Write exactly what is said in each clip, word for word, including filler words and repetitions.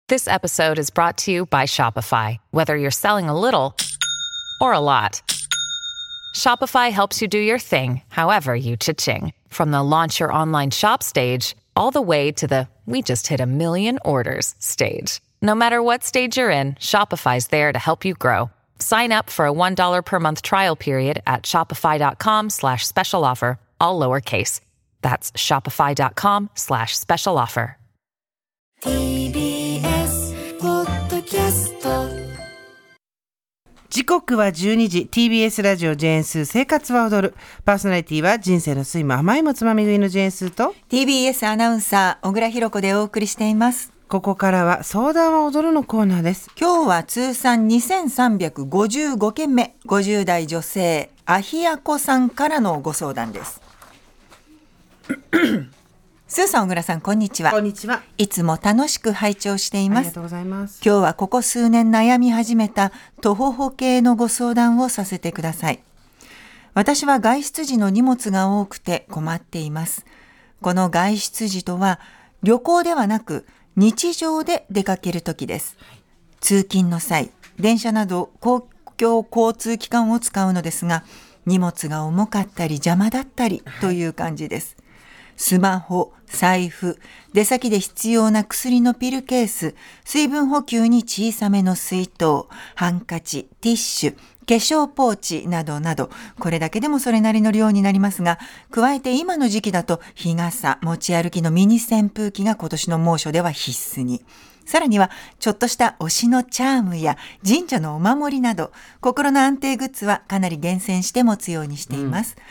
This episode is brought to you by Shopify. Whether you're selling a little or a lot, Shopify helps you do your thing, however you cha-ching. From the launch your online shop stage, all the way to the we just hit a million orders stage. No matter what stage you're in, Shopify's there to help you grow. Sign up for a one dollar per month trial period at shopify.com slash special offer, all lowercase. That's shopify.com slash special offer. ティービーエス ポッドキャスト。 時刻はじゅうにじ。 ティービーエス ラジオジェーンスー生活は踊る。パーソナリティは人生の酸いも甘いもつまみ食いのジェーンスーとティービーエス アナウンサー小倉弘子でお送りしています。 ここからは相談は踊るのコーナーです。 今日は通算にせんさんびゃくごじゅうごけんめ、ごじゅう代女性アヒヤコさんからのご相談です。スーさん、小倉さん、こんにちは。 こんにちは。 いつも楽しく拝聴しています。 ありがとうございます。 今日はここ数年悩み始めた徒歩歩系のご相談をさせてください。私は外出時の荷物が多くて困っています。この外出時とは旅行ではなく日常で出かけるときです。通勤の際、電車など公共交通機関を使うのですが、荷物が重かったり邪魔だったりという感じです。スマホ、財布、出先で必要な薬のピルケース、水分補給に小さめの水筒、ハンカチ、ティッシュ、化粧ポーチなどなど、これだけでもそれなりの量になりますが、加えて今の時期だと日傘、持ち歩きのミニ扇風機が今年の猛暑では必須に。さらにはちょっとした推しのチャームや神社のお守りなど、心の安定グッズはかなり厳選して持つようにしています。うん、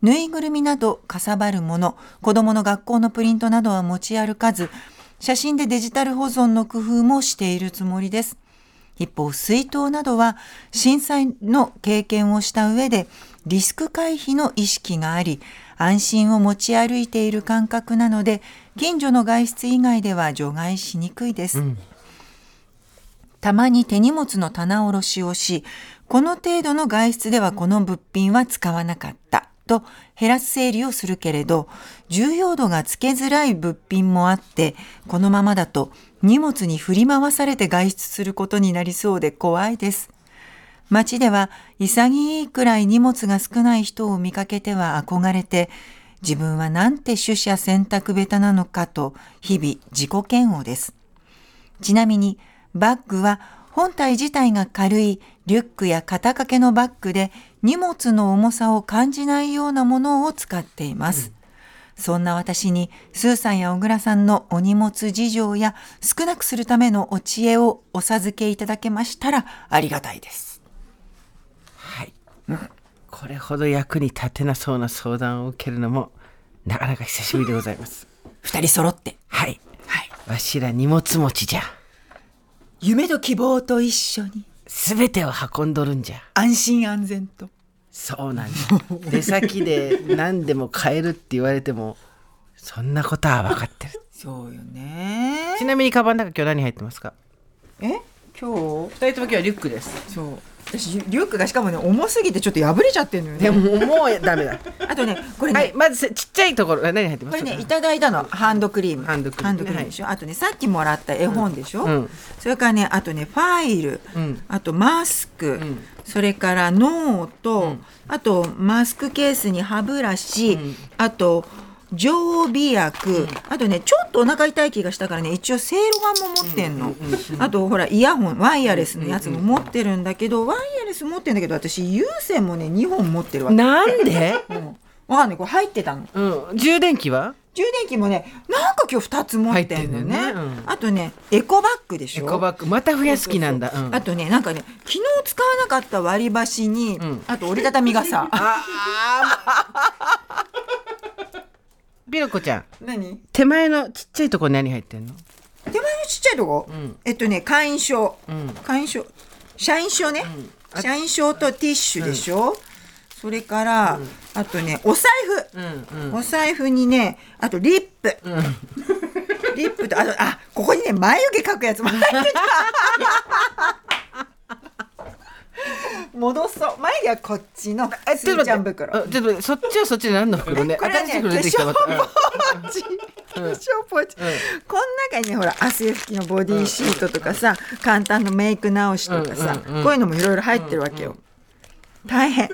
ぬいぐるみなどかさばるもの、子どもの学校のプリントなどは持ち歩かず、写真でデジタル保存の工夫もしているつもりです。一方、水筒などは震災の経験をした上でリスク回避の意識があり、安心を持ち歩いている感覚なので、近所の外出以外では除外しにくいです。うん、たまに手荷物の棚卸しをし、この程度の外出ではこの物品は使わなかったと減らす整理をするけれど、重要度がつけづらい物品もあって、このままだと荷物に振り回されて外出することになりそうで怖いです。街では潔いくらい荷物が少ない人を見かけては憧れて、自分はなんて取捨選択下手なのかと日々自己嫌悪です。ちなみにバッグは本体自体が軽いリュックや肩掛けのバッグで、荷物の重さを感じないようなものを使っています。うん、そんな私にスーさんや小倉さんのお荷物事情や少なくするためのお知恵をお授けいただけましたらありがたいです。 はい。うん、これほど役に立てなそうな相談を受けるのもなかなか久しぶりでございます。 二人揃って。 はい。はい。わしら荷物持ちじゃ。 夢と希望と一緒にすべてを運んどるんじゃ。 安心安全と。 そうなんだ。出先で何でも買えるって言われてもそんなことは分かってる。 そうよね。 ちなみにカバンの中今日何入ってますか？ え今日ふたりとも今日はリュックです。 そう、私リュックがしかもね重すぎてちょっと破れちゃってるのよね。 でももうダメだ。 あとねこれね、 はい、まずちっちゃいところ何入ってますか？ これねいただいたのハンドクリーム。 ハンドクリーム、 ハンドクリームでしょ、はい、あとねさっきもらった絵本でしょ、うん、それからねあとねファイル、うん、あとマスク、うん、それからノート、うん、あとマスクケースに歯ブラシ、うん、あと常備薬、うん、あとねちょっとお腹痛い気がしたからね一応せいろがんも持ってんの、うんうんうん、あとほらイヤホンワイヤレスのやつも持ってるんだけど、ワイヤレス持ってるんだけど私有線もねにほん持ってるわけ。 なんで？ うん、わかんない、これ入ってたの、 うん、充電器は？ 充電器もねなんか今日ふたつ持ってんのね、ね、うん、あとねエコバッグでしょ。 エコバッグまた増やす気なんだ。 そうそうそう、うん、あとねなんかね昨日使わなかった割り箸に、うん、あと折りたたみ傘あピロコちゃん、 何？ 手前のちっちゃいところ何入ってんの？ 手前のちっちゃいとこ、うん、えっとね会員証、うん、会員証社員証ね、うん、社員証とティッシュでしょ、うん、それから、うん、あとねお財布、うんうん、お財布にねあとリップ、うん、リップとあとあここにね眉毛描くやつも入ってた戻そう眉毛はこっちのスーちゃん袋。 ちょっとそっちはそっちで何の袋ね。 これはね化粧ポーチ化粧ポーチ、この中にねほら汗拭きのボディシートとかさ、簡単なメイク直しとかさ、こういうのもいろいろ入ってるわけよ。大変。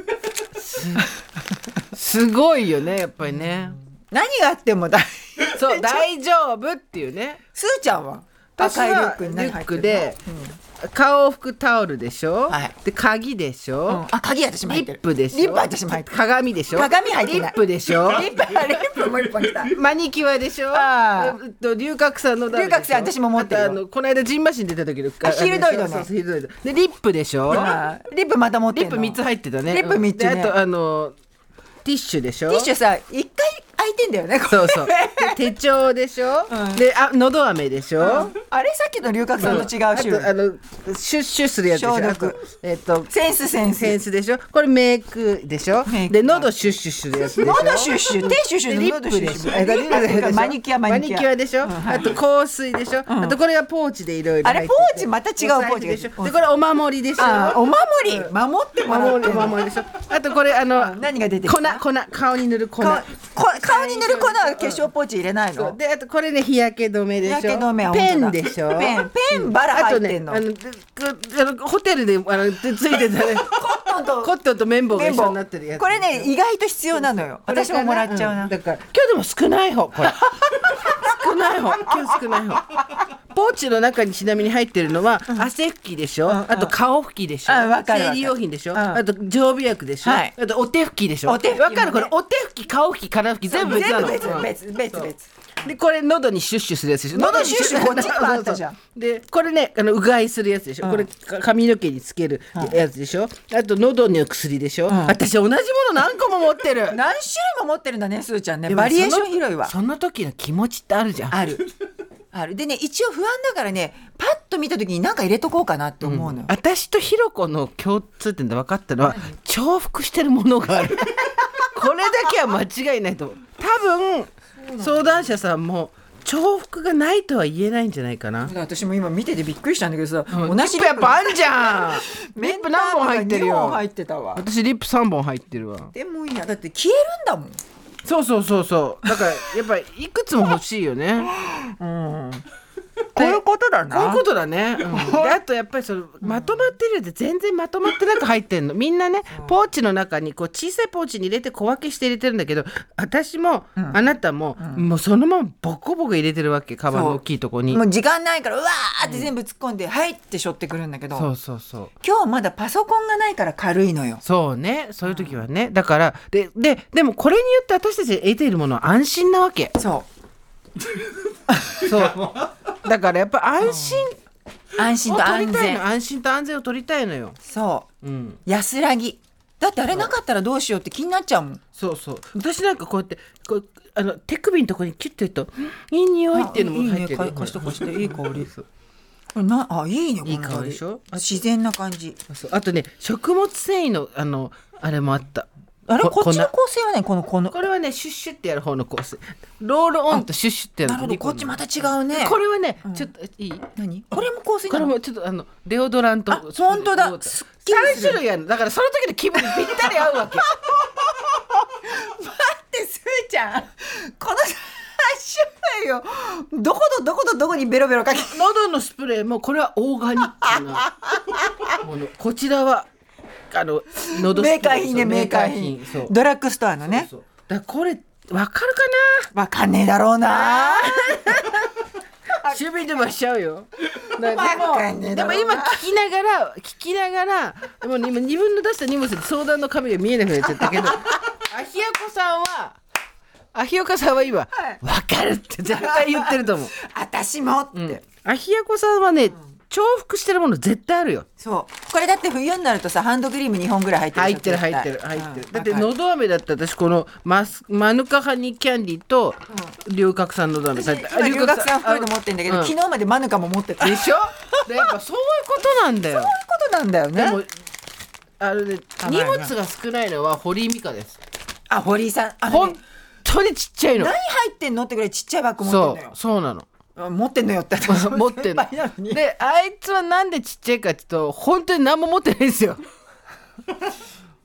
すごいよねやっぱりね。 何があっても大そう大丈夫っていうね。 すーちゃんは私赤いリュッはリュックに何入ってるの？ クで、顔を拭くタオルでしょ、 はいで鍵でしょ、 うんあ、鍵私も入ってる。 リップでしょ、 リップ私も入ってる。 鏡でしょ、 鏡入ってないリップでしょ、 リップ、リップも一本きた。 マニキュアでしょ、 あーえっと龍角散のダメでしょ、 龍角散私も持ってるよあとあのこの間ジンマシン出た時のあヒルドイドねそうそうヒルドイドでリップでしょ、 あーリップまた持ってんの。 リップみっつ入ってたね。 リップみっつねであとあのティッシュでしょ、 ティッシュさ一回開いてんだよね。これそうそうで手帳でしょ、 うんであのど飴でしょ、 あれさっきの龍角散と違うあ種類。 とあのシュッシュするやつでしょ、 消毒あとえっとセンスセンス。 センスでしょ、これメイクでしょ、 メイクで喉シュッシュするやつでしょ、 喉シュッシュ、手シュッシュのでリッ喉シュッシプでしょ、 ュ。マニキュアマニキュア。 でしょ、 うんはいあと香水でしょ、あとこれがポーチでいろいろあれポーチまた違うポーチでしょ、でこれお守りでしょ、 あーお守り守ってもら守りってんのお守りでしょ、あとこれあの何が出てき粉た？ 粉顔に塗る粉、 顔こ顔に塗る粉は化粧ポーチ入れないの？ であとこれね日焼け止めでしょ、 日焼け止めはペ本当だンでしょ、 ペンペンバラ入ってんの。 あとねあのであのホテルであのついてたねコットンとコットンと綿棒が綿棒一緒になってるやつ、 これね意外と必要なのよ。私ももらっちゃうな。 んだから今日でも少ない方これ少ない方今日少ない方ポーチの中にちなみに入ってるのは、汗拭きでしょ、あと顔拭きでしょ、 あわかるわかる生理用品でしょ、 うんあと常備薬でしょ、 はいあとお手拭きでしょ、 お手拭きもねわかるこれお手拭き顔拭き体拭き全部別なの、 全部うん別別別別。 でこれ喉にシュッシュするやつでしょ、 喉シュッシュこっちにもあったじゃん。 でこれねあのうがいするやつでしょ、これか髪の毛につけるやつでしょ、あと喉の薬でしょ、私同じもの何個も持ってる。 何種類も持ってるんだねすーちゃんね。バリエーション広いわ。 その時の気持ちってあるじゃん。 あるある。でね一応不安だからねパッと見た時に何か入れとこうかなって思うのよ。 私とひろこの共通点で分かったのは重複してるものがあるこれだけは間違いないと思う。多分相談者さんも重複がないとは言えないんじゃないかな。 私も今見ててびっくりしたんだけどさ、 うん同じリップやっぱあんじゃんリップ何本入ってるにほんよ。 入ってたわ。 私リップさんぼん入ってるわ。 でもいいやだって消えるんだもん。 そうそうそうそうだからやっぱりいくつも欲しいよねこういうことだな。 こういうことだね、うんであとやっぱりそのまとまってるよって全然まとまってなく入ってんのみんなねポーチの中にこう小さいポーチに入れて小分けして入れてるんだけど私も、あなたも、もうそのままボコボコ入れてるわけカバンの大きいとこに。 もう時間ないからうわーって全部突っ込んで、はいって背負ってくるんだけど、 そうそうそう今日まだパソコンがないから軽いのよ。 そうねそういう時はねだからでででもこれによって私たちが得ているものは安心なわけ。 そうそうだからやっぱ安心安心をと安取りたいの全。 安心と安全を取りたいのよ。 そううん安らぎだってあれなかったらどうしようって気になっちゃうもん。 そうそう私なんかこうやってこうあの手首のところにキュッとやるとんいい匂いっていうのも入ってるあいいねか貸して貸していい香りこれなあいいねこのいい香りでしょあ自然な感じ。 そうあとね食物繊維のあのあれもあった。 あれこっちの粉構成はねこのこのこれはねシュッシュってやる方のコースロールオンとシュッシュってやるなるほどこっちまた違うね。 これはね、ちょっといい何これも香水これなの？ もちょっとあのデオドラントあ本当だすっきりするさん種類あるのだからその時の気分にぴったり合うわけ待ってすーちゃんこのさん種類をどことどことどこにベロベロかけ喉のスプレーもこれはオーガニックなものこちらはあの喉スプレメーカー品ねメーカー品そうドラッグストアのね。 そうだからこれわかるかわかんねえだろうな。 な趣味でもしちゃうよだわかんねえだろうなでもでも今聞きながら聞きながらでも今自分の出した荷物で相談の紙が見えなくなっちゃったけどアヒヤコさんはアヒヤコさんは今わかるって絶対言ってると思う私もって、 うんアヒヤコさんはね重複してるもの絶対あるよ。 そうこれだって冬になるとさハンドクリームにほんぐらい入ってる入ってる入ってる入ってる、だってのど飴だったら私このマスマヌカハニーキャンディーと龍角散のど飴今龍角散袋で持ってるんだけど、 うん昨日までマヌカも持ってた。そういうでしょでやっぱそういうことなんだよことなんだよね。 でもあのね甘いな荷物が少ないのは堀井美香ですあ堀井さんあの本ね当にちっちゃいの何入ってんのってぐらいちっちゃいバッグ持ってんそのよう。そうなのあ持ってんのよって持ってんの先輩なのにであいつはなんでちっちゃいかっていうと本当に何も持ってないんですよ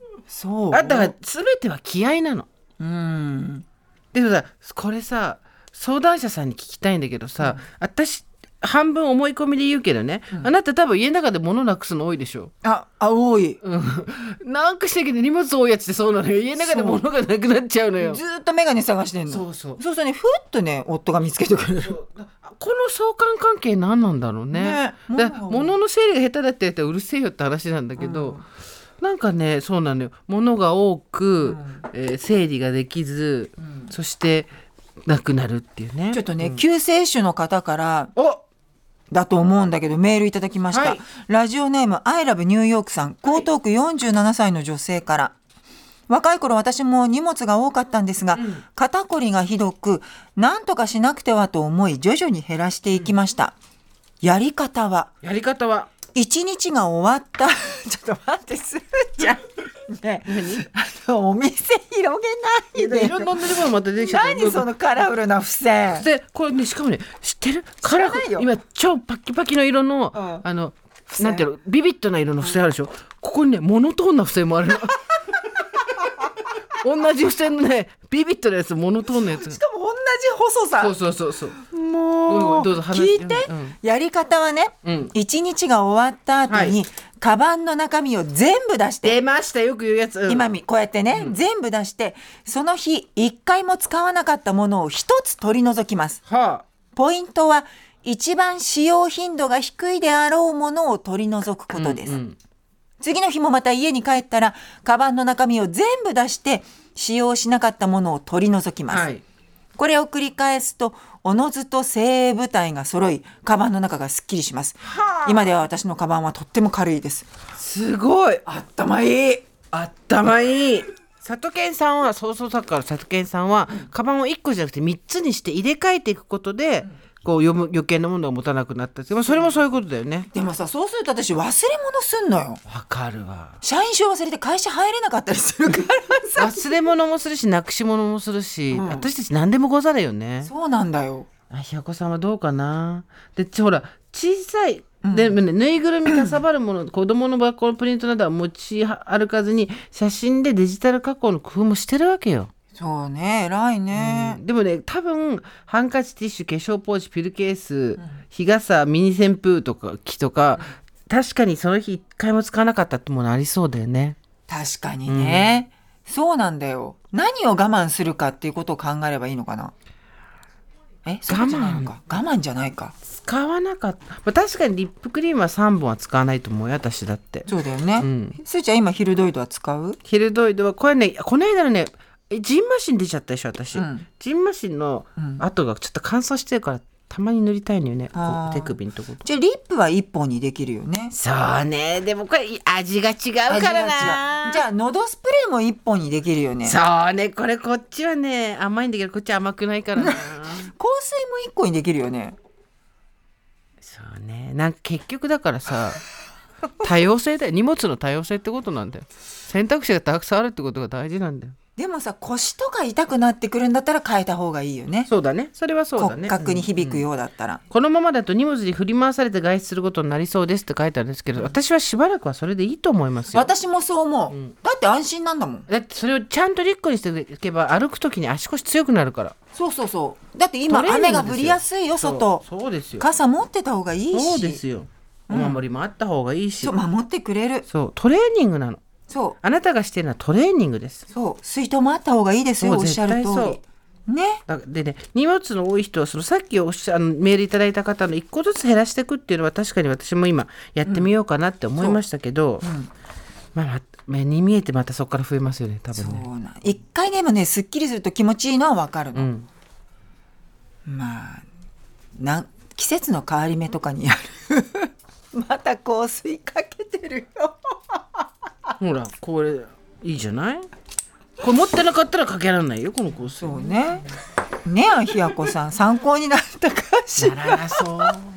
そうだから全ては気合いなのうんでもさこれさ相談者さんに聞きたいんだけどさ、うん、私半分思い込みで言うけどね、うん、あなた多分家の中で物なくすの多いでしょ。 あ、あ多い、 うん、なんかしたけど荷物多いやつってそうなのよ。家の中で物がなくなっちゃうのよ。 ずっとメガネ探してんの。 そうそうそうそうね、ふっとね夫が見つけてくれる。 この相関関係何なんだろう ね, ねだ物の整理が下手だってやったらうるせえよって話なんだけど、うん、なんかねそうなのよ。物が多く、うんえー、整理ができず、うん、そしてなくなるっていうね。 ちょっとね、うん、救世主の方からおだと思うんだけどメールいただきました、はい、ラジオネームアイラブニューヨークさん、江東区よんじゅうななさいの女性から、はい、若い頃私も荷物が多かったんですが、うん、肩こりがひどく何とかしなくてはと思い徐々に減らしていきました、うん、やり方はやり方は一日が終わったちょっと待ってすーちゃんね、あのお店広げないで。 いろんな塗り物また出てきちゃった。 何そのカラフルな付箋でこれね、しかもね知ってるカラフル今超パキパキの色の、うん、あのなんていうのビビッドな色の付箋あるでしょ、うん、ここにねモノトーンな付箋もあるの同じ付箋のねビビッドなやつモノトーンのやつ、 しかも同じ細さ。 そうそうそうそうもうどうぞ聞いて、うん、やり方はね、うん、一日が終わった後に、はい、カバンの中身を全部出して、 出ましたよく言うやつ、うん、 今こうやってね、うん、全部出してその日一回も使わなかったものを一つ取り除きます、はあ、ポイントは一番使用頻度が低いであろうものを取り除くことです、うんうん、次の日もまた家に帰ったらカバンの中身を全部出して使用しなかったものを取り除きます、はい、これを繰り返すとおのずと精鋭部隊が揃いカバンの中がすっきりします、はあ、今では私のカバンはとっても軽いです。 すごいあったまいいあったまいい佐藤健さんはそうそう作家の佐藤健さんは、うん、カバンをいっこじゃなくてみっつにして入れ替えていくことで、うんこう読む余計なものを持たなくなったって、それもそういうことだよね。 でもさそうすると私忘れ物すんのよ。 わかるわ。 社員証忘れて会社入れなかったりするからさ忘れ物もするしなくし物もするし、うん、私たち何でもござるよね。 そうなんだよ。 あひやこさんはどうかな。でほら小さいで、ね、ぬいぐるみかさばるもの子供の学校のプリントなどは持ち歩かずに写真でデジタル加工の工夫もしてるわけよ。 そうね偉いね、 うん、でもね多分ハンカチティッシュ化粧ポーチピルケース、うん、日傘ミニ扇風とか機とか、うん、確かにその日一回も使わなかったってものありそうだよね。 確かにね、うん、そうなんだよ。何を我慢するかっていうことを考えればいいのかな。えそうじゃないのか。我慢じゃないか。 使わなかった、まあ、確かにリップクリームはさんぼんは使わないと思うよ私だって。 そうだよね、うん、すーちゃん今ヒルドイドは使う？ ヒルドイドはこれねこの間のねジンマシン出ちゃったでしょ私、うん、ジンマシンの跡がちょっと乾燥してるからたまに塗りたいのよね、こう手首のところ。 じゃあリップは一本にできるよね。 そうねでもこれ味が違うからな。 じゃあ喉スプレーも一本にできるよね。 そうねこれこっちはね甘いんだけどこっちは甘くないからな香水も一個にできるよね。 そうねなんか結局だからさ多様性だよ。荷物の多様性ってことなんだよ。選択肢がたくさんあるってことが大事なんだよ。 でもさ腰とか痛くなってくるんだったら変えた方がいいよね。 そうだねそれはそうだね。 骨格に響くようだったら、 うんうん、このままだと荷物に振り回されて外出することになりそうですって書いてあるんですけど、私はしばらくはそれでいいと思いますよ。 私もそう思う、うん、だって安心なんだもん。 だってそれをちゃんとリュックにしていけば歩くときに足腰強くなるから。 そうそうそうだって今雨が降りやすいよ外。 そう、そうですよ。 傘持ってた方がいいし。 そうですよお守りもあった方がいいし、 うん、そう守ってくれる。 そうトレーニングなの。そうあなたがしてるのはトレーニングです。 そう水筒もあった方がいいですよ。おっしゃる通りね。 でね荷物の多い人はそのさっきおっしゃあのメールいただいた方のいっこずつ減らしていくっていうのは確かに私も今やってみようかなって思いましたけど、うんうんまあ、目に見えてまたそこから増えますよね多分ね。 そうな一回でもねすっきりすると気持ちいいのは分かるの、うん、まあな季節の変わり目とかにやるまた香水かけてるよほらこれいいじゃない。これ持ってなかったらかけられないよこの香水。 そうねねあひやこさん参考になったかしら。 ならなそう